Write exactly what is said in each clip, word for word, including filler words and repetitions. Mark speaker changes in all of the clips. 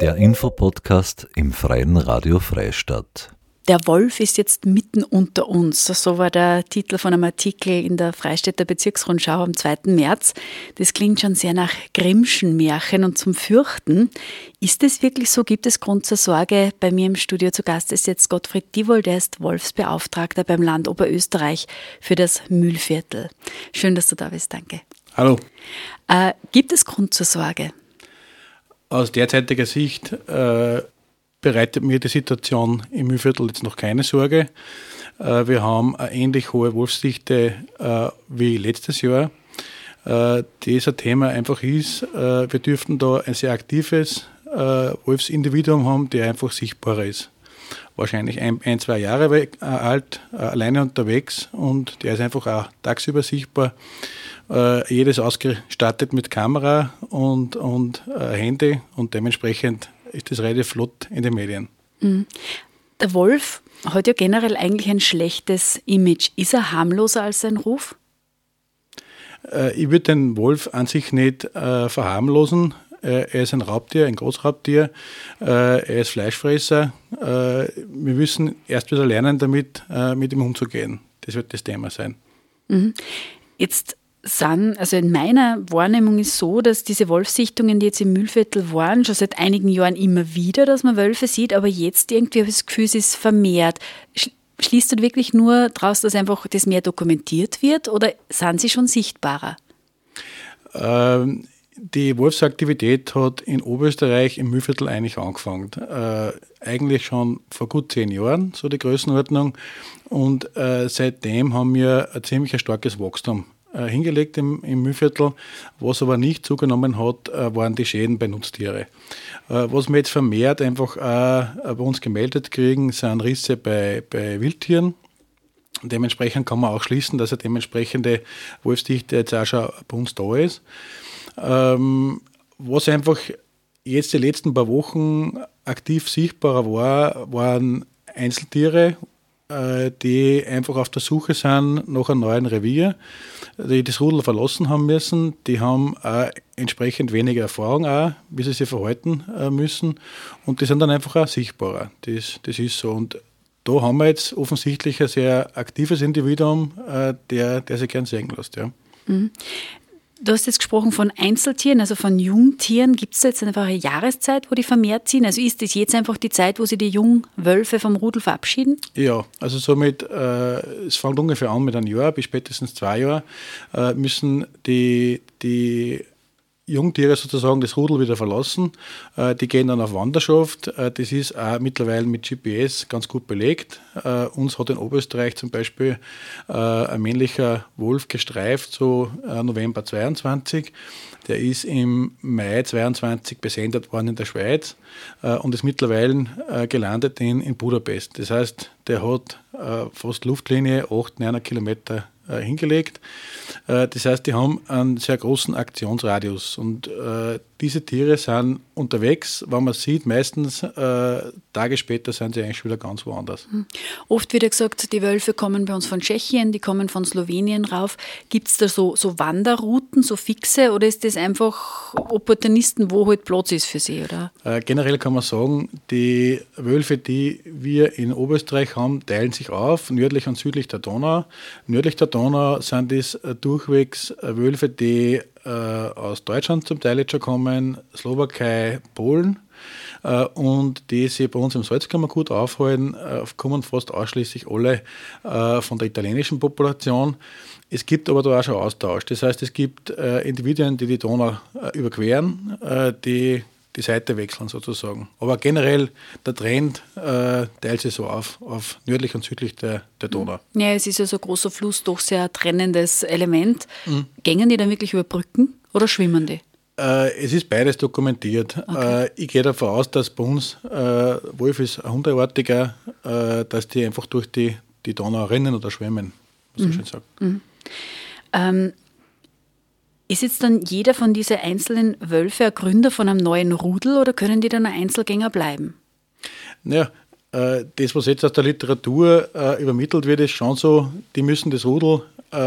Speaker 1: Der Infopodcast im Freien Radio Freistadt.
Speaker 2: Der Wolf ist jetzt mitten unter uns. So war der Titel von einem Artikel in der Freistädter Bezirksrundschau am zweiten März. Das klingt schon sehr nach Grimmschen Märchen und zum Fürchten. Ist es wirklich so? Gibt es Grund zur Sorge? Bei mir im Studio zu Gast ist jetzt Gottfried Diewold, der ist Wolfsbeauftragter beim Land Oberösterreich für das Mühlviertel. Schön, dass du da bist. Danke.
Speaker 3: Hallo.
Speaker 2: Äh, gibt es Grund zur Sorge?
Speaker 3: Aus derzeitiger Sicht äh, bereitet mir die Situation im Mühlviertel jetzt noch keine Sorge. Äh, wir haben eine ähnlich hohe Wolfsdichte äh, wie letztes Jahr. Äh, das ein Thema einfach ist, äh, wir dürften da ein sehr aktives äh, Wolfsindividuum haben, der einfach sichtbarer ist. Wahrscheinlich ein, ein zwei Jahre weg, äh, alt, äh, alleine unterwegs, und der ist einfach auch tagsüber sichtbar. Äh, jedes ausgestattet mit Kamera und, und äh, Handy, und dementsprechend ist das relativ flott in den Medien.
Speaker 2: Mhm. Der Wolf hat ja generell eigentlich ein schlechtes Image. Ist er harmloser als sein Ruf?
Speaker 3: Äh, ich würde den Wolf an sich nicht äh, verharmlosen. Äh, er ist ein Raubtier, ein Großraubtier. Äh, er ist Fleischfresser. Äh, wir müssen erst wieder lernen, damit äh, mit ihm umzugehen. Das wird das Thema sein.
Speaker 2: Mhm. Jetzt sind, also in meiner Wahrnehmung ist so, dass diese Wolfssichtungen, die jetzt im Mühlviertel waren, schon seit einigen Jahren immer wieder, dass man Wölfe sieht, aber jetzt irgendwie habe ich das Gefühl, es ist vermehrt. Schließt du wirklich nur daraus, dass einfach das mehr dokumentiert wird, oder sind sie schon sichtbarer?
Speaker 3: Ähm, die Wolfsaktivität hat in Oberösterreich im Mühlviertel eigentlich angefangen. Äh, eigentlich schon vor gut zehn Jahren, so die Größenordnung. Und äh, seitdem haben wir ein ziemlich starkes Wachstum hingelegt im, im Mühlviertel. Was aber nicht zugenommen hat, waren die Schäden bei Nutztiere. Was wir jetzt vermehrt einfach auch bei uns gemeldet kriegen, sind Risse bei, bei Wildtieren. Dementsprechend kann man auch schließen, dass eine dementsprechende Wolfsdichte jetzt auch schon bei uns da ist. Was einfach jetzt die letzten paar Wochen aktiv sichtbarer war, waren Einzeltiere, die einfach auf der Suche sind nach einem neuen Revier, die das Rudel verlassen haben müssen. Die haben auch entsprechend weniger Erfahrung, auch, wie sie sich verhalten müssen. Und die sind dann einfach auch sichtbarer. Das, das ist so. Und da haben wir jetzt offensichtlich ein sehr aktives Individuum, der, der sich gern sehen lässt. Ja.
Speaker 2: Mhm. Du hast jetzt gesprochen von Einzeltieren, also von Jungtieren. Gibt es da jetzt einfach eine Jahreszeit, wo die vermehrt ziehen? Also ist das jetzt einfach die Zeit, wo sie die Jungwölfe vom Rudel verabschieden?
Speaker 3: Ja, also somit, äh, es fängt ungefähr an mit einem Jahr bis spätestens zwei Jahren, äh, müssen die, die Jungtiere sozusagen das Rudel wieder verlassen. Äh, die gehen dann auf Wanderschaft. Äh, das ist auch mittlerweile mit G P S ganz gut belegt. Äh, uns hat in Oberösterreich zum Beispiel äh, ein männlicher Wolf gestreift, so äh, November zweiundzwanzig. Der ist im Mai zweiundzwanzig besendet worden in der Schweiz äh, und ist mittlerweile äh, gelandet in, in Budapest. Das heißt, der hat äh, fast Luftlinie achthundert, neunhundert Kilometer äh, hingelegt. Äh, das heißt, die haben einen sehr großen Aktionsradius, und äh, diese Tiere sind unterwegs, wenn man sieht, meistens äh, Tage später sind sie eigentlich wieder ganz woanders.
Speaker 2: Oft wird ja gesagt, die Wölfe kommen bei uns von Tschechien, die kommen von Slowenien rauf. Gibt es da so, so Wanderrouten, so fixe, oder ist das einfach Opportunisten, wo halt Platz ist für sie? Oder?
Speaker 3: Äh, generell kann man sagen, die Wölfe, die wir in Oberösterreich haben, teilen sich auf, nördlich und südlich der Donau. Nördlich der Donau sind es äh, durchwegs äh, Wölfe, die äh, aus Deutschland zum Teil jetzt schon kommen, Slowakei, Polen, äh, und die sich bei uns im Salzkammergut aufhalten, äh, kommen fast ausschließlich alle äh, von der italienischen Population. Es gibt aber da auch schon Austausch. Das heißt, es gibt äh, Individuen, die die Donau äh, überqueren, äh, die die Seite wechseln sozusagen. Aber generell der Trend äh, teilt sich so auf, auf nördlich und südlich der, der Donau.
Speaker 2: Ja, es ist ja so ein großer Fluss, doch sehr trennendes Element. Mhm. Gängen die dann wirklich über Brücken oder schwimmen die?
Speaker 3: Äh, es ist beides dokumentiert. Okay. Äh, ich gehe davon aus, dass bei uns, äh, Wolf ist ein Hundeartiger, äh, dass die einfach durch die, die Donau rennen oder schwimmen, muss
Speaker 2: mhm.
Speaker 3: ich schon sagen.
Speaker 2: Mhm. Ähm, Ist jetzt dann jeder von diesen einzelnen Wölfe ein Gründer von einem neuen Rudel, oder können die dann ein Einzelgänger bleiben?
Speaker 3: Naja, äh, das, was jetzt aus der Literatur äh, übermittelt wird, ist schon so, die müssen das Rudel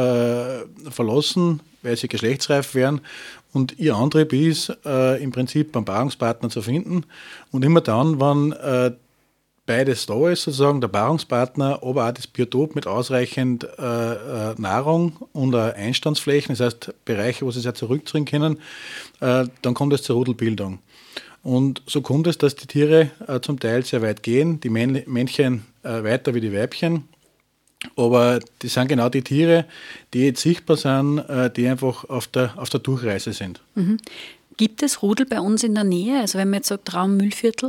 Speaker 3: äh, verlassen, weil sie geschlechtsreif wären. Und ihr Antrieb ist, äh, im Prinzip einen Paarungspartner zu finden. Und immer dann, wenn äh, beides da ist, sozusagen der Paarungspartner, aber auch das Biotop mit ausreichend äh, äh, Nahrung und äh, Einstandsflächen, das heißt Bereiche, wo sie sich zurückziehen können, äh, dann kommt es zur Rudelbildung. Und so kommt es, dass die Tiere äh, zum Teil sehr weit gehen, die Männle- Männchen äh, weiter wie die Weibchen. Aber das sind genau die Tiere, die jetzt sichtbar sind, äh, die einfach auf der, auf der Durchreise sind.
Speaker 2: Mhm. Gibt es Rudel bei uns in der Nähe? Also wenn man jetzt sagt Traum-Mühlviertel?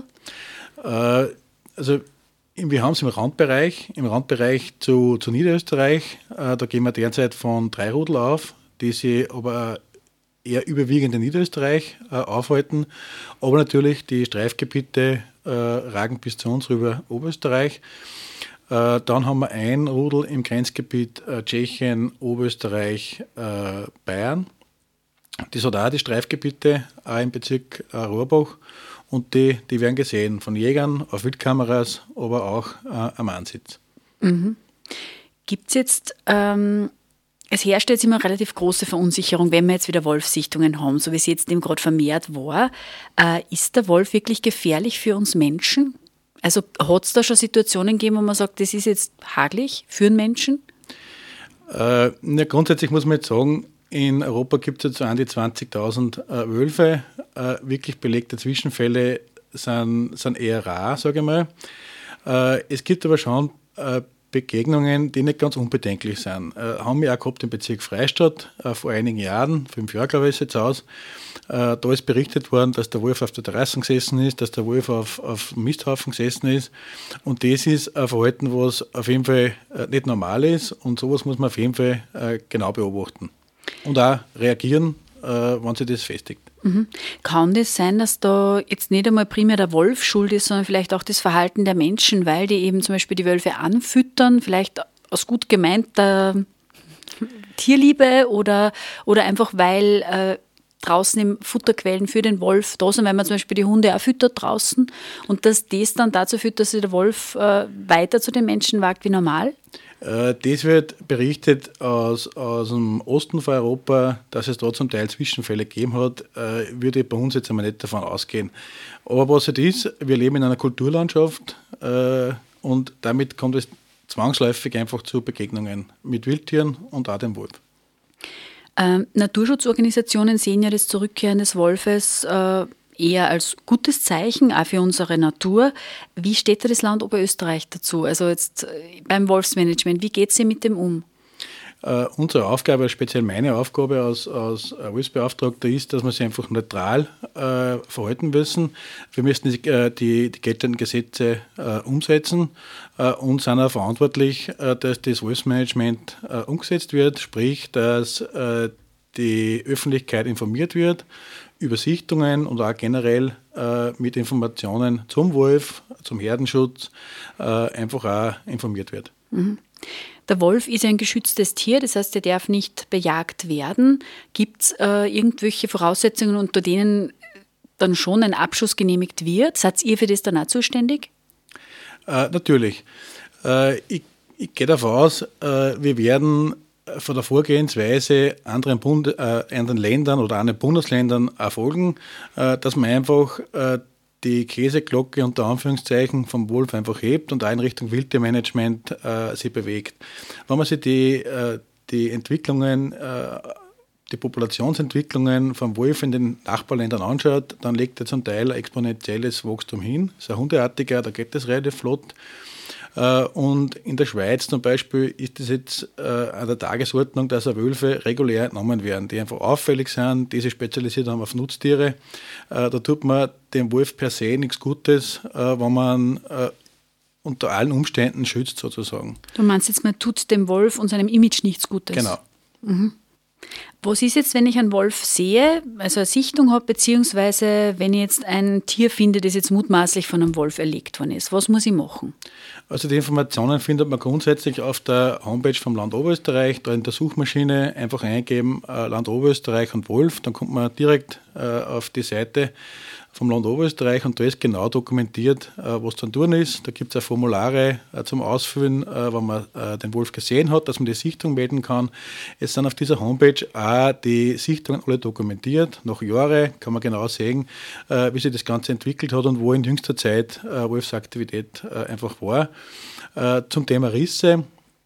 Speaker 3: Äh, Also wir haben es im Randbereich, im Randbereich zu, zu Niederösterreich. Äh, da gehen wir derzeit von drei Rudel auf, die sich aber eher überwiegend in Niederösterreich äh, aufhalten. Aber natürlich die Streifgebiete äh, ragen bis zu uns rüber Oberösterreich. Äh, dann haben wir ein Rudel im Grenzgebiet äh, Tschechien, Oberösterreich, äh, Bayern. Das hat auch die Streifgebiete, auch im Bezirk äh, Rohrbach. Und die, die werden gesehen von Jägern auf Wildkameras, aber auch äh, am Ansitz.
Speaker 2: Mhm. Gibt es jetzt, ähm, es herrscht jetzt immer relativ große Verunsicherung, wenn wir jetzt wieder Wolfssichtungen haben, so wie es jetzt eben gerade vermehrt war. Äh, ist der Wolf wirklich gefährlich für uns Menschen? Also hat es da schon Situationen gegeben, wo man sagt, das ist jetzt haglich für einen Menschen?
Speaker 3: Äh, ja, grundsätzlich muss man jetzt sagen, in Europa gibt es jetzt so an die zwanzigtausend äh, Wölfe. Äh, wirklich belegte Zwischenfälle sind, sind eher rar, sage ich mal. Äh, es gibt aber schon äh, Begegnungen, die nicht ganz unbedenklich sind. Äh, haben wir auch gehabt im Bezirk Freistadt äh, vor einigen Jahren, fünf Jahre glaube ich ist jetzt aus. Äh, da ist berichtet worden, dass der Wolf auf der Terrasse gesessen ist, dass der Wolf auf, auf dem Misthaufen gesessen ist. Und das ist ein Verhalten, was auf jeden Fall äh, nicht normal ist. Und sowas muss man auf jeden Fall äh, genau beobachten. Und auch reagieren, äh, wenn sich das festigt.
Speaker 2: Mhm. Kann das sein, dass da jetzt nicht einmal primär der Wolf schuld ist, sondern vielleicht auch das Verhalten der Menschen, weil die eben zum Beispiel die Wölfe anfüttern, vielleicht aus gut gemeinter Tierliebe oder, oder einfach weil äh, draußen im Futterquellen für den Wolf da sind, weil man zum Beispiel die Hunde auch füttert draußen und dass das dann dazu führt, dass sich der Wolf äh, weiter zu den Menschen wagt wie normal?
Speaker 3: Das wird berichtet aus, aus dem Osten von Europa, dass es da zum Teil Zwischenfälle gegeben hat, äh, würde ich bei uns jetzt einmal nicht davon ausgehen. Aber was es ist, wir leben in einer Kulturlandschaft äh, und damit kommt es zwangsläufig einfach zu Begegnungen mit Wildtieren und auch dem Wolf.
Speaker 2: Ähm, Naturschutzorganisationen sehen ja das Zurückkehren des Wolfes äh, eher als gutes Zeichen, auch für unsere Natur. Wie steht da das Land Oberösterreich dazu? Also jetzt beim Wolfsmanagement, wie geht es mit dem um?
Speaker 3: Uh, unsere Aufgabe, speziell meine Aufgabe als, als Wolfsbeauftragter ist, dass wir sich einfach neutral äh, verhalten müssen. Wir müssen die, äh, die, die geltenden Gesetze äh, umsetzen äh, und sind auch verantwortlich, äh, dass das Wolfsmanagement äh, umgesetzt wird, sprich, dass äh, die Öffentlichkeit informiert wird über Sichtungen und auch generell äh, mit Informationen zum Wolf, zum Herdenschutz äh, einfach auch informiert wird.
Speaker 2: Mhm. Der Wolf ist ein geschütztes Tier, das heißt, er darf nicht bejagt werden. Gibt es äh, irgendwelche Voraussetzungen, unter denen dann schon ein Abschuss genehmigt wird? Seid ihr für das dann auch zuständig?
Speaker 3: Äh, natürlich. Äh, ich, ich gehe davon aus, äh, wir werden von der Vorgehensweise anderen, Bund, äh, anderen Ländern oder anderen Bundesländern erfolgen, äh, dass man einfach äh, die Käseglocke unter Anführungszeichen vom Wolf einfach hebt und auch in Richtung Wildtiermanagement äh, sich bewegt. Wenn man sich die, äh, die Entwicklungen, äh, die Populationsentwicklungen vom Wolf in den Nachbarländern anschaut, dann legt er zum Teil ein exponentielles Wachstum hin. Das ist ein Hundeartiger, da geht das relativ flott. Und in der Schweiz zum Beispiel ist es jetzt an der Tagesordnung, dass Wölfe regulär entnommen werden, die einfach auffällig sind, die sich spezialisiert haben auf Nutztiere. Da tut man dem Wolf per se nichts Gutes, wenn man unter allen Umständen schützt sozusagen.
Speaker 2: Du meinst jetzt, man tut dem Wolf und seinem Image nichts Gutes?
Speaker 3: Genau.
Speaker 2: Mhm. Was ist jetzt, wenn ich einen Wolf sehe, also eine Sichtung habe, beziehungsweise wenn ich jetzt ein Tier finde, das jetzt mutmaßlich von einem Wolf erlegt worden ist? Was muss ich machen?
Speaker 3: Also die Informationen findet man grundsätzlich auf der Homepage vom Land Oberösterreich, da in der Suchmaschine einfach eingeben, äh, Land Oberösterreich und Wolf, dann kommt man direkt äh, auf die Seite vom Land Oberösterreich und da ist genau dokumentiert, äh, was dann tun ist. Da gibt es auch Formulare äh, zum Ausfüllen, äh, wenn man äh, den Wolf gesehen hat, dass man die Sichtung melden kann. Es sind auf dieser Homepage auch die Sichtungen alle dokumentiert. Nach Jahren kann man genau sehen, äh, wie sich das Ganze entwickelt hat und wo in jüngster Zeit äh, Wolfsaktivität äh, einfach war. Äh, zum Thema Risse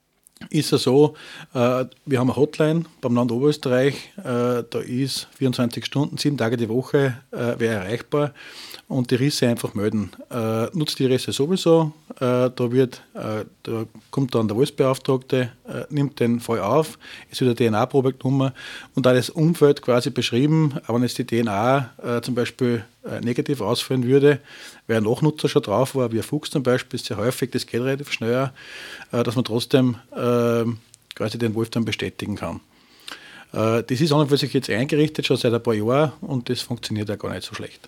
Speaker 3: ist es so, äh, wir haben eine Hotline beim Land Oberösterreich, äh, da ist vierundzwanzig Stunden, sieben Tage die Woche, äh, wer erreichbar und die Risse einfach melden. Äh, nutzt die Risse sowieso, äh, da, wird, äh, da kommt dann der Wolfsbeauftragte, äh, nimmt den Fall auf, es wird eine D N A-Probe genommen und da das Umfeld quasi beschrieben, aber wenn jetzt die D N A äh, zum Beispiel äh, negativ ausfallen würde, wer ein Nachnutzer schon drauf war, wie ein Fuchs zum Beispiel, ist sehr häufig, das geht relativ schnell, äh, dass man trotzdem äh, quasi den Wolf dann bestätigen kann. Äh, das ist an und für sich jetzt eingerichtet, schon seit ein paar Jahren und das funktioniert auch gar nicht so schlecht.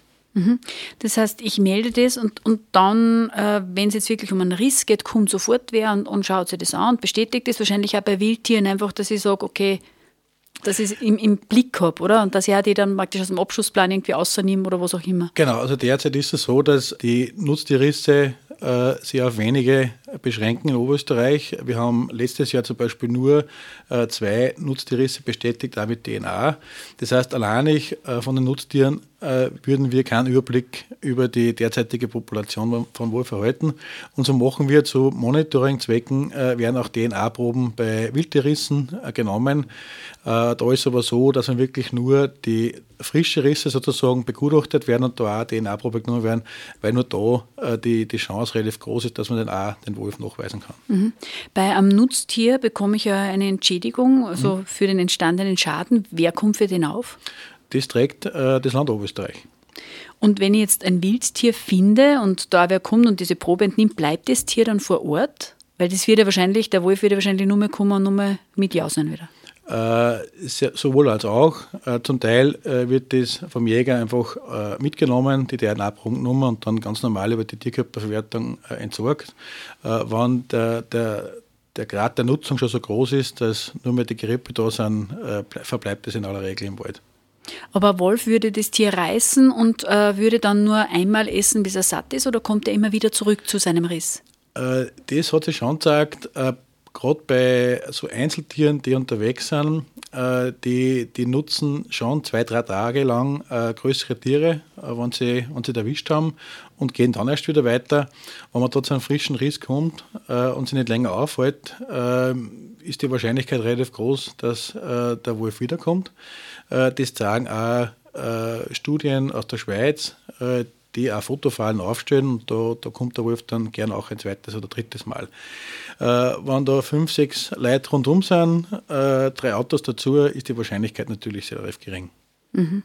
Speaker 2: Das heißt, ich melde das und, und dann, äh, wenn es jetzt wirklich um einen Riss geht, kommt sofort wer und, und schaut sich das an und bestätigt das wahrscheinlich auch bei Wildtieren einfach, dass ich sage, okay, dass ich es im, im Blick habe, oder? Und dass ich auch die dann praktisch aus dem Abschussplan irgendwie rausnehme oder was auch immer.
Speaker 3: Genau, also derzeit ist es so, dass die Nutztierrisse äh, sich auf wenige beschränken in Oberösterreich. Wir haben letztes Jahr zum Beispiel nur äh, zwei Nutztierrisse bestätigt, auch mit D N A. Das heißt, alleinig äh, von den Nutztieren äh, würden wir keinen Überblick über die derzeitige Population von Wolf erhalten. Und so machen wir zu Monitoringzwecken, äh, werden auch D N A-Proben bei Wildtierrissen äh, genommen. Äh, da ist aber so, dass man wirklich nur die frische Risse sozusagen begutachtet werden und da auch D N A-Probe genommen werden, weil nur da äh, die, die Chance relativ groß ist, dass man dann auch den Wolf nachweisen kann.
Speaker 2: Mhm. Bei einem Nutztier bekomme ich ja eine Entschädigung, also mhm. für den entstandenen Schaden. Wer kommt für den auf?
Speaker 3: Das trägt äh, das Land Oberösterreich.
Speaker 2: Und wenn ich jetzt ein Wildtier finde und da wer kommt und diese Probe entnimmt, bleibt das Tier dann vor Ort? Weil das wird ja wahrscheinlich, der Wolf wird ja wahrscheinlich nur mehr kommen und nur mehr mit jausen wieder.
Speaker 3: Äh, sowohl als auch. Äh, zum Teil äh, wird das vom Jäger einfach äh, mitgenommen, die D N A-Proben genommen und dann ganz normal über die Tierkörperverwertung äh, entsorgt. Äh, wenn der, der, der Grad der Nutzung schon so groß ist, dass nur mehr die Gerippe da sind, äh, verbleibt es in aller Regel im Wald.
Speaker 2: Aber ein Wolf würde das Tier reißen und äh, würde dann nur einmal essen, bis er satt ist, oder kommt er immer wieder zurück zu seinem Riss?
Speaker 3: Äh, das hat sich schon gesagt, äh, gerade bei so Einzeltieren, die unterwegs sind, äh, die, die nutzen schon zwei, drei Tage lang äh, größere Tiere, äh, wenn sie, wenn sie erwischt haben und gehen dann erst wieder weiter. Wenn man dort zu einem frischen Riss kommt äh, und sich nicht länger aufhält, äh, ist die Wahrscheinlichkeit relativ groß, dass äh, der Wolf wiederkommt. Äh, das zeigen auch äh, Studien aus der Schweiz, äh, die auch Fotofallen aufstellen und da, da kommt der Wolf dann gerne auch ein zweites oder drittes Mal. Äh, wenn da fünf, sechs Leute rundum sind, äh, drei Autos dazu, ist die Wahrscheinlichkeit natürlich sehr relativ gering.
Speaker 2: Mhm.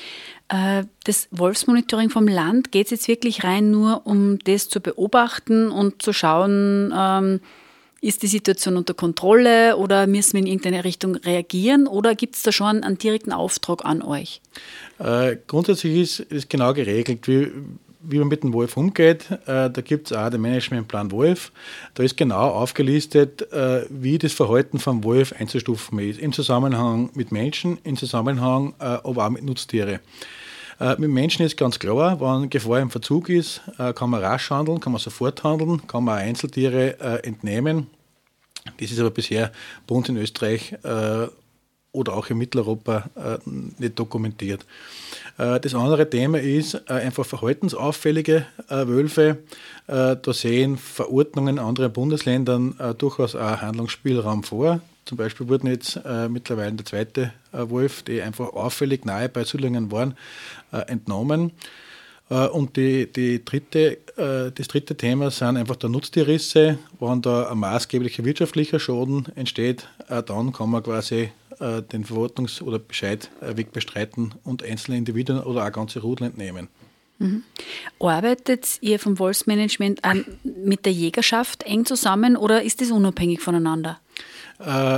Speaker 2: Äh, das Wolfsmonitoring vom Land, geht es jetzt wirklich rein nur um das zu beobachten und zu schauen, ähm, ist die Situation unter Kontrolle oder müssen wir in irgendeine Richtung reagieren oder gibt es da schon einen direkten Auftrag an euch?
Speaker 3: Äh, grundsätzlich ist es genau geregelt, wie, wie man mit dem Wolf umgeht. Äh, da gibt es auch den Managementplan Wolf. Da ist genau aufgelistet, äh, wie das Verhalten vom Wolf einzustufen ist. Im Zusammenhang mit Menschen, im Zusammenhang äh, aber auch mit Nutztiere. Äh, mit Menschen ist ganz klar, wenn Gefahr im Verzug ist, äh, kann man rasch handeln, kann man sofort handeln, kann man auch Einzeltiere äh, entnehmen. Das ist aber bisher bei uns in Österreich äh, oder auch in Mitteleuropa äh, nicht dokumentiert. Äh, das andere Thema ist äh, einfach verhaltensauffällige äh, Wölfe. Äh, da sehen Verordnungen in anderen Bundesländern äh, durchaus auch Handlungsspielraum vor. Zum Beispiel wurden jetzt äh, mittlerweile der zweite äh, Wolf, die einfach auffällig nahe bei Siedlungen waren, äh, entnommen. Äh, und die, die dritte, äh, das dritte Thema sind einfach der Nutztierrisse. Wenn da ein maßgeblicher wirtschaftlicher Schaden entsteht, äh, dann kann man quasi äh, den Verordnungs- oder Bescheidweg bestreiten und einzelne Individuen oder auch ganze Rudel entnehmen.
Speaker 2: Mhm. Arbeitet ihr vom Wolfsmanagement mit der Jägerschaft eng zusammen oder ist das unabhängig voneinander?
Speaker 3: Äh,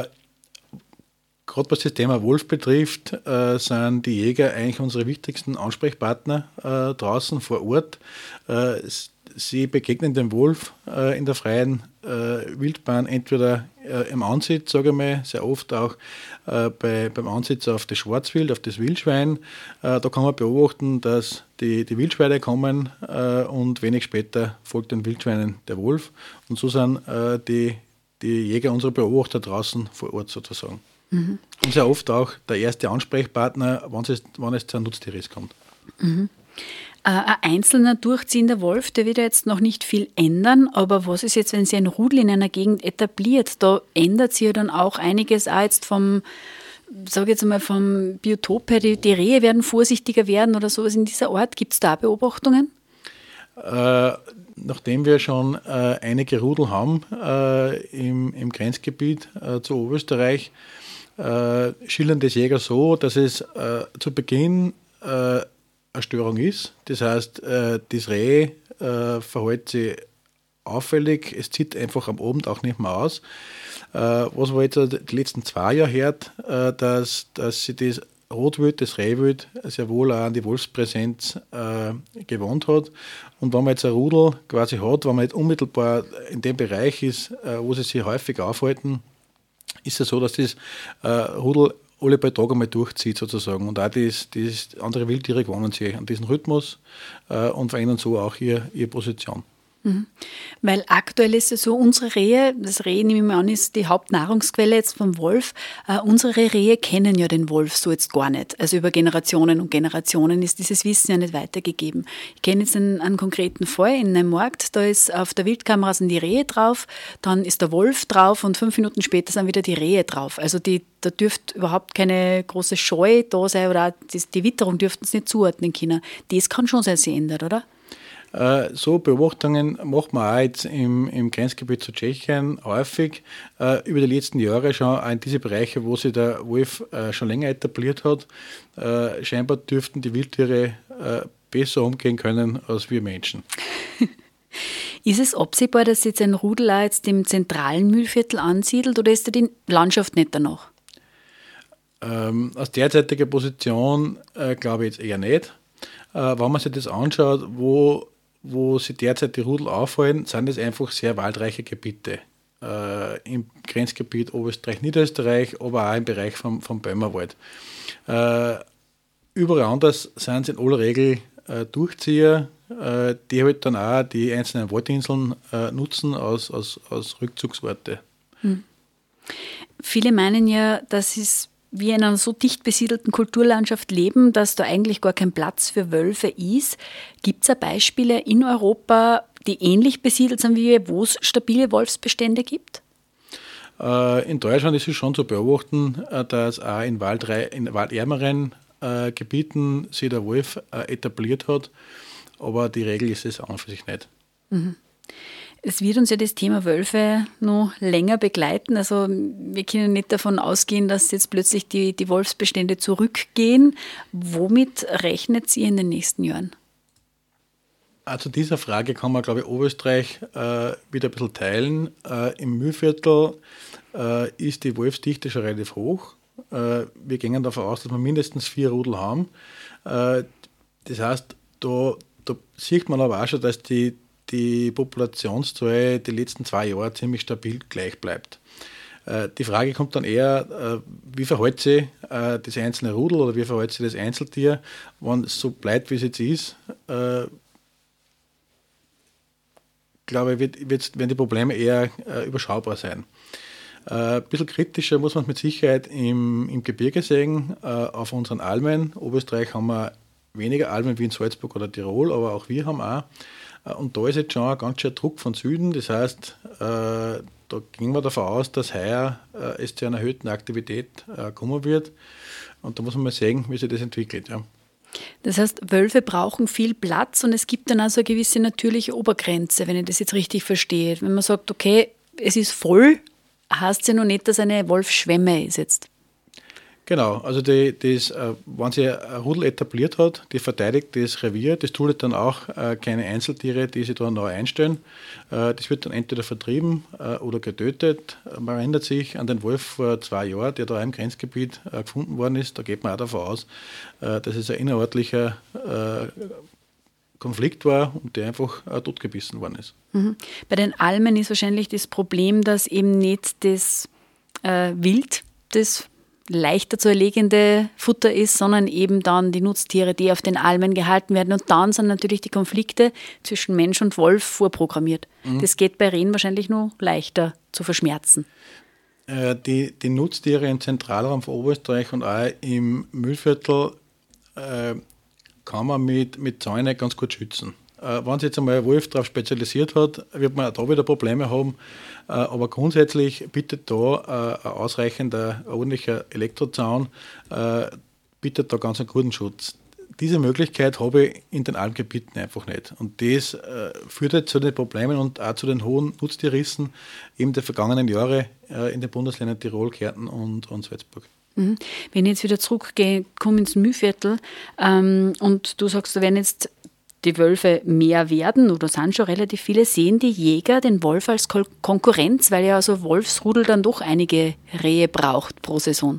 Speaker 3: Gerade was das Thema Wolf betrifft, äh, sind die Jäger eigentlich unsere wichtigsten Ansprechpartner äh, draußen vor Ort. Äh, sie begegnen dem Wolf äh, in der freien äh, Wildbahn entweder äh, im Ansitz, sage ich mal, sehr oft auch äh, bei, beim Ansitz auf das Schwarzwild, auf das Wildschwein. Äh, da kann man beobachten, dass die, die Wildschweine kommen äh, und wenig später folgt den Wildschweinen der Wolf. Und so sind äh, die, die Jäger unsere Beobachter draußen vor Ort sozusagen. Mhm. Und sehr oft auch der erste Ansprechpartner, wenn es, wenn es zu einem Nutztierriss kommt.
Speaker 2: Mhm. Ein einzelner durchziehender Wolf, der wird ja jetzt noch nicht viel ändern, aber was ist jetzt, wenn sich ein Rudel in einer Gegend etabliert? Da ändert sich ja dann auch einiges auch jetzt vom, sage jetzt mal, vom Biotop her. Die, die Rehe werden vorsichtiger werden oder sowas in dieser Art. Gibt es da Beobachtungen?
Speaker 3: Äh, nachdem wir schon äh, einige Rudel haben äh, im, im Grenzgebiet äh, zu Oberösterreich, äh, schildern das Jäger so, dass es äh, zu Beginn äh, eine Störung ist. Das heißt, äh, das Reh äh, verhält sich auffällig, es zieht einfach am Abend auch nicht mehr aus. Äh, was man jetzt die letzten zwei Jahre hört, äh, dass, dass sich das Rotwild, das Rehwild sehr wohl auch an die Wolfspräsenz äh, gewohnt hat. Und wenn man jetzt ein Rudel quasi hat, wenn man nicht unmittelbar in dem Bereich ist, äh, wo sie sich häufig aufhalten, ist es so, dass das äh, Rudel alle paar Tage einmal durchzieht sozusagen. Und auch das, das andere Wildtiere gewöhnen sich an diesen Rhythmus äh, und verändern so auch ihr, ihre Position.
Speaker 2: Mhm. Weil aktuell ist es so, unsere Rehe, das Reh nehme ich mal an, ist die Hauptnahrungsquelle jetzt vom Wolf. Uh, unsere Rehe kennen ja den Wolf so jetzt gar nicht. Also über Generationen und Generationen ist dieses Wissen ja nicht weitergegeben. Ich kenne jetzt einen, einen konkreten Fall in einem Markt, da ist auf der Wildkamera sind die Rehe drauf, dann ist der Wolf drauf und fünf Minuten später sind wieder die Rehe drauf. Also die, da dürfte überhaupt keine große Scheu da sein oder auch die, die Witterung dürften es nicht zuordnen können. Das kann schon sein, sich ändert, oder?
Speaker 3: So Beobachtungen macht man auch jetzt im, im Grenzgebiet zu Tschechien häufig äh, über die letzten Jahre schon auch in diese Bereiche, wo sich der Wolf äh, schon länger etabliert hat. Äh, scheinbar dürften die Wildtiere äh, besser umgehen können als wir Menschen.
Speaker 2: Ist es absehbar, dass jetzt ein Rudel auch jetzt im zentralen Mühlviertel ansiedelt oder ist da die Landschaft nicht danach?
Speaker 3: Ähm, aus derzeitiger Position äh, glaube ich jetzt eher nicht. Äh, wenn man sich das anschaut, wo wo sie derzeit die Rudel aufhalten, sind es einfach sehr waldreiche Gebiete. Äh, im Grenzgebiet Oberösterreich-Niederösterreich, aber auch im Bereich vom, vom Böhmerwald. Äh, überall anders sind es in aller Regel äh, Durchzieher, äh, die halt dann auch die einzelnen Waldinseln äh, nutzen als, als, als Rückzugsorte.
Speaker 2: Hm. Viele meinen ja, dass es wir in einer so dicht besiedelten Kulturlandschaft leben, dass da eigentlich gar kein Platz für Wölfe ist. Gibt es auch Beispiele in Europa, die ähnlich besiedelt sind wie wir, wo es stabile Wolfsbestände gibt?
Speaker 3: In Deutschland ist es schon zu beobachten, dass auch in, waldrei- in waldärmeren äh, Gebieten sich der Wolf äh, etabliert hat, aber die Regel ist es an und für sich nicht.
Speaker 2: Mhm. Es wird uns ja das Thema Wölfe noch länger begleiten. Also wir können nicht davon ausgehen, dass jetzt plötzlich die, die Wolfsbestände zurückgehen. Womit rechnet ihr in den nächsten Jahren?
Speaker 3: Also dieser Frage kann man, glaube ich, Oberösterreich äh, wieder ein bisschen teilen. Äh, Im Mühlviertel äh, ist die Wolfsdichte schon relativ hoch. Äh, wir gehen davon aus, dass wir mindestens vier Rudel haben. Äh, das heißt, da, da sieht man aber auch schon, dass die die Populationszahl die letzten zwei Jahre ziemlich stabil gleich bleibt. Äh, die Frage kommt dann eher, äh, wie verhält sich äh, das einzelne Rudel oder wie verhält sich das Einzeltier, wenn es so bleibt, wie es jetzt ist. Äh, glaube ich, wird, wird, werden die Probleme eher äh, überschaubar sein. Äh, ein bisschen kritischer muss man es mit Sicherheit im, im Gebirge sehen, äh, auf unseren Almen. Oberösterreich haben wir weniger Almen wie in Salzburg oder Tirol, aber auch wir haben auch. Und da ist jetzt schon ein ganz schön Druck von Süden. Das heißt, äh, da gehen wir davon aus, dass heuer äh, es zu einer erhöhten Aktivität äh, kommen wird. Und da muss man mal sehen, wie sich das entwickelt. Ja.
Speaker 2: Das heißt, Wölfe brauchen viel Platz und es gibt dann also eine gewisse natürliche Obergrenze, wenn ich das jetzt richtig verstehe. Wenn man sagt, okay, es ist voll, heißt es ja noch nicht, dass eine Wolfsschwemme ist jetzt.
Speaker 3: Genau, also die, das, wenn sich ein Rudel etabliert hat, die verteidigt das Revier, das tut dann auch keine Einzeltiere, die sich da neu einstellen. Das wird dann entweder vertrieben oder getötet. Man erinnert sich an den Wolf vor zwei Jahren, der da im Grenzgebiet gefunden worden ist. Da geht man auch davon aus, dass es ein innerortlicher Konflikt war und der einfach äh, totgebissen worden ist.
Speaker 2: Mhm. Bei den Almen ist wahrscheinlich das Problem, dass eben nicht das äh, Wild, das leichter zu erlegende Futter ist, sondern eben dann die Nutztiere, die auf den Almen gehalten werden. Und dann sind natürlich die Konflikte zwischen Mensch und Wolf vorprogrammiert. Mhm. Das geht bei Rehen wahrscheinlich nur leichter zu verschmerzen.
Speaker 3: Äh, die, die Nutztiere im Zentralraum von Oberösterreich und auch im Mühlviertel äh, kann man mit, mit Zäunen ganz gut schützen. Äh, wenn sich jetzt einmal ein Wolf darauf spezialisiert hat, wird man auch da wieder Probleme haben. Äh, aber grundsätzlich bietet da äh, ein ausreichender, ordentlicher Elektrozaun äh, bietet da ganz einen guten Schutz. Diese Möglichkeit habe ich in den Almgebieten einfach nicht. Und das äh, führt jetzt zu den Problemen und auch zu den hohen Nutztierrissen eben der vergangenen Jahre äh, in den Bundesländern Tirol, Kärnten und, und Salzburg.
Speaker 2: Mhm. Wenn ich jetzt wieder zurückgehe, komme ins Mühlviertel ähm, und du sagst, da werden jetzt die Wölfe mehr werden oder sind schon relativ viele, sehen die Jäger den Wolf als Ko- Konkurrenz, weil ja also Wolfsrudel dann doch einige Rehe braucht pro Saison?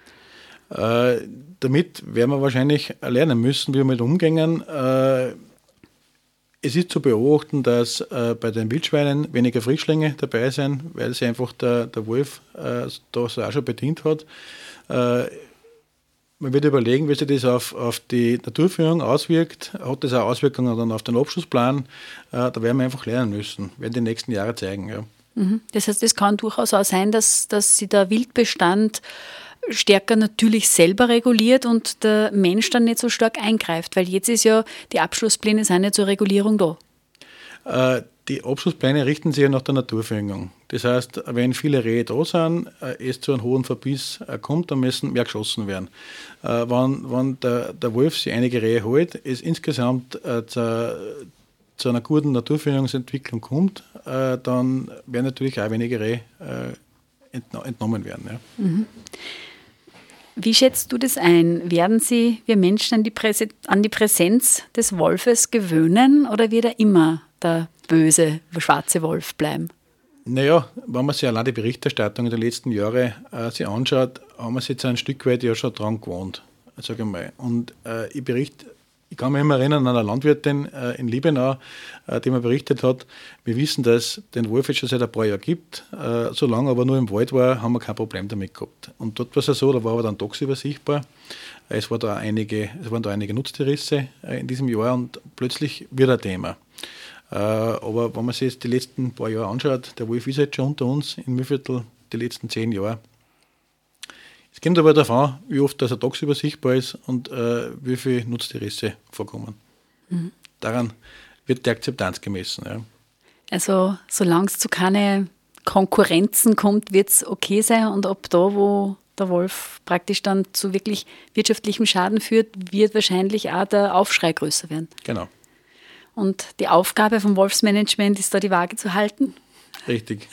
Speaker 3: Äh, damit werden wir wahrscheinlich lernen müssen, wie wir mit umgehen. Äh, es ist zu beobachten, dass äh, bei den Wildschweinen weniger Frischlinge dabei sind, weil sich einfach der, der Wolf äh, da so auch schon bedient hat. Äh, man wird überlegen, wie sich das auf, auf die Naturführung auswirkt. Hat das auch Auswirkungen dann auf den Abschlussplan? Äh, da werden wir einfach lernen müssen, werden die nächsten Jahre zeigen. Ja.
Speaker 2: Mhm. Das heißt, es kann durchaus auch sein, dass, dass sich der Wildbestand stärker natürlich selber reguliert und der Mensch dann nicht so stark eingreift, weil jetzt ist ja, die Abschlusspläne sind ja zur Regulierung da.
Speaker 3: Äh, die Abschlusspläne richten sich ja nach der Naturverjüngung. Das heißt, wenn viele Rehe da sind, äh, es zu einem hohen Verbiss äh, kommt, dann müssen mehr geschossen werden. Äh, wenn wenn der, der Wolf sich einige Rehe holt, es insgesamt äh, zu, zu einer guten Naturverjüngungsentwicklung kommt, äh, dann werden natürlich auch weniger Rehe äh, entno- entnommen werden. Ja.
Speaker 2: Mhm. Wie schätzt du das ein? Werden Sie, wir Menschen, an die, Präse- an die Präsenz des Wolfes gewöhnen oder wird er immer der böse, schwarze Wolf bleiben?
Speaker 3: Naja, wenn man sich allein die Berichterstattung in den letzten Jahren äh, sich anschaut, haben wir sich jetzt ein Stück weit ja schon dran gewohnt, sage ich mal. Und äh, ich berichte, ich kann mich immer erinnern an eine Landwirtin äh, in Liebenau, äh, die mir berichtet hat, wir wissen, dass es den Wolf jetzt schon seit ein paar Jahren gibt. Äh, solange aber nur im Wald war, haben wir kein Problem damit gehabt. Und dort war es ja so, da war aber dann tagsüber sichtbar. Es, war da einige, es waren da einige Nutztierrisse äh, in diesem Jahr und plötzlich wird ein Thema. Äh, aber wenn man sich jetzt die letzten paar Jahre anschaut, der Wolf ist jetzt schon unter uns im Mühlviertel die letzten zehn Jahre. Es kommt aber darauf an, wie oft das er tagsüber sichtbar ist und äh, wie viele Nutztierrisse vorkommen. Mhm. Daran wird die Akzeptanz gemessen. Ja.
Speaker 2: Also solange es zu keine Konkurrenzen kommt, wird es okay sein und ab da, wo der Wolf praktisch dann zu wirklich wirtschaftlichem Schaden führt, wird wahrscheinlich auch der Aufschrei größer werden.
Speaker 3: Genau.
Speaker 2: Und die Aufgabe vom Wolfsmanagement ist da die Waage zu halten.
Speaker 3: Richtig.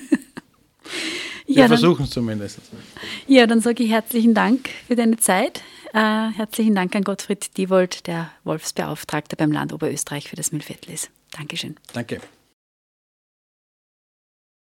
Speaker 2: Ja,
Speaker 3: Wir versuchen es zumindest.
Speaker 2: Ja, dann sage ich herzlichen Dank für deine Zeit. Äh, herzlichen Dank an Gottfried Diewold, der Wolfsbeauftragter beim Land Oberösterreich für das Mühlviertel ist. Dankeschön.
Speaker 3: Danke.